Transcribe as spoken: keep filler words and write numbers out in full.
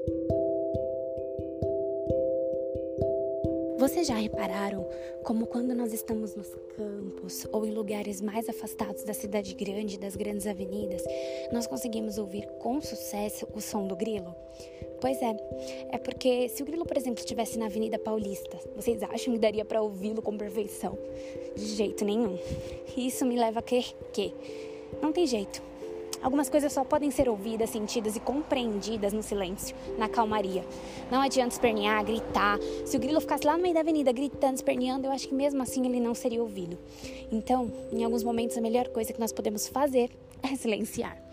Vocês já repararam como quando nós estamos nos campos ou em lugares mais afastados da cidade grande, das grandes avenidas, nós conseguimos ouvir com sucesso o som do grilo? Pois é, é porque se o grilo, por exemplo, estivesse na Avenida Paulista, vocês acham que daria para ouvi-lo com perfeição? De jeito nenhum. E isso me leva a crer que não tem jeito. Algumas coisas só podem ser ouvidas, sentidas e compreendidas no silêncio, na calmaria. Não adianta espernear, gritar. Se o grilo ficasse lá no meio da avenida gritando, esperneando, eu acho que mesmo assim ele não seria ouvido. Então, em alguns momentos, a melhor coisa que nós podemos fazer é silenciar.